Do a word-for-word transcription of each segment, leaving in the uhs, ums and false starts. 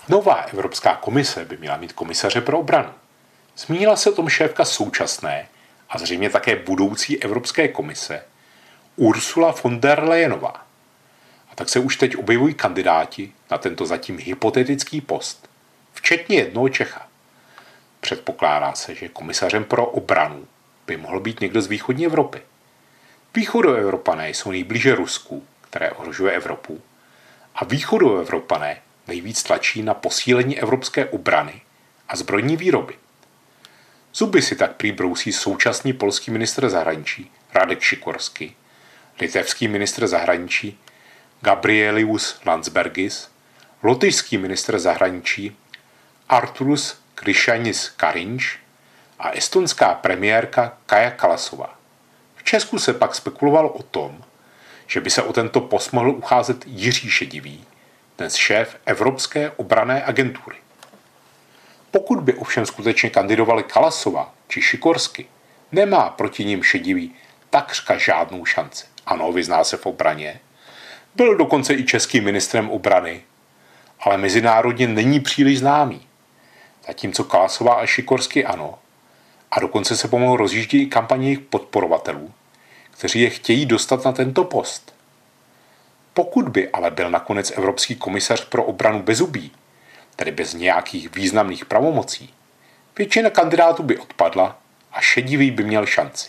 Nová Evropská komise by měla mít komisaře pro obranu. Zmínila se o tom šéfka současné a zřejmě také budoucí Evropské komise Ursula von der Leyenová. A tak se už teď objevují kandidáti na tento zatím hypotetický post, včetně jednoho Čecha. Předpokládá se, že komisařem pro obranu by mohl být někdo z východní Evropy. Východoevropané jsou nejblíže Rusku, které ohrožuje Evropu, a východoevropané nejvíc tlačí na posílení evropské obrany a zbrojní výroby. Zuby si tak prý brousí současný polský ministr zahraničí Radek Sikorski, litevský ministr zahraničí Gabrielius Landsbergis, lotyšský ministr zahraničí Artūras Krišjānis Kariņš a estonská premiérka Kaja Kallasová. V Česku se pak spekulovalo o tom, že by se o tento post mohl ucházet Jiří Šedivý, dnes šéf Evropské obranné agentury. Pokud by ovšem skutečně kandidovali Kallasová či Sikorsky, nemá proti nim Šedivý takřka žádnou šanci. Ano, vyzná se v obraně. Byl dokonce i českým ministrem obrany, ale mezinárodně není příliš známý. Zatímco Kallasová a Sikorsky ano, a dokonce se pomalu rozjíždí i kampaně jejich podporovatelů, kteří je chtějí dostat na tento post. Pokud by ale byl nakonec evropský komisař pro obranu bezzubý, tedy bez nějakých významných pravomocí, většina kandidátů by odpadla a Šedivý by měl šanci.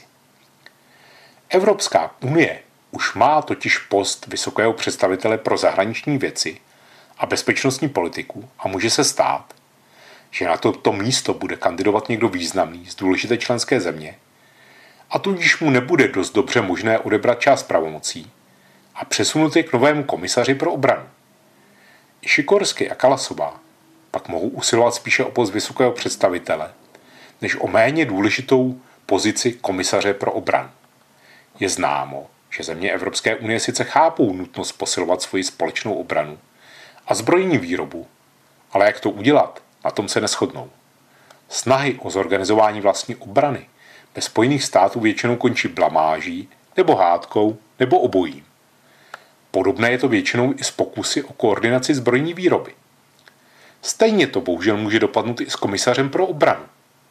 Evropská unie už má totiž post vysokého představitele pro zahraniční věci a bezpečnostní politiku a může se stát, že na toto místo bude kandidovat někdo významný z důležité členské země a tudíž mu nebude dost dobře možné odebrat část pravomocí a přesunout je k novému komisaři pro obranu. I Sikorsky a Kallasová pak mohou usilovat spíše o post vysokého představitele, než o méně důležitou pozici komisaře pro obranu. Je známo, že země Evropské unie sice chápou nutnost posilovat svoji společnou obranu a zbrojní výrobu, ale jak to udělat, na tom se neshodnou. Snahy o zorganizování vlastní obrany bez Spojených států většinou končí blamáží nebo hádkou nebo obojím. Podobné je to většinou i s pokusy o koordinaci zbrojní výroby. Stejně to bohužel může dopadnout i s komisařem pro obranu.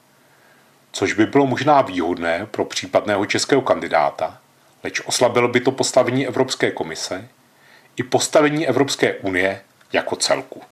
Což by bylo možná výhodné pro případného českého kandidáta, leč oslabilo by to postavení Evropské komise i postavení Evropské unie jako celku.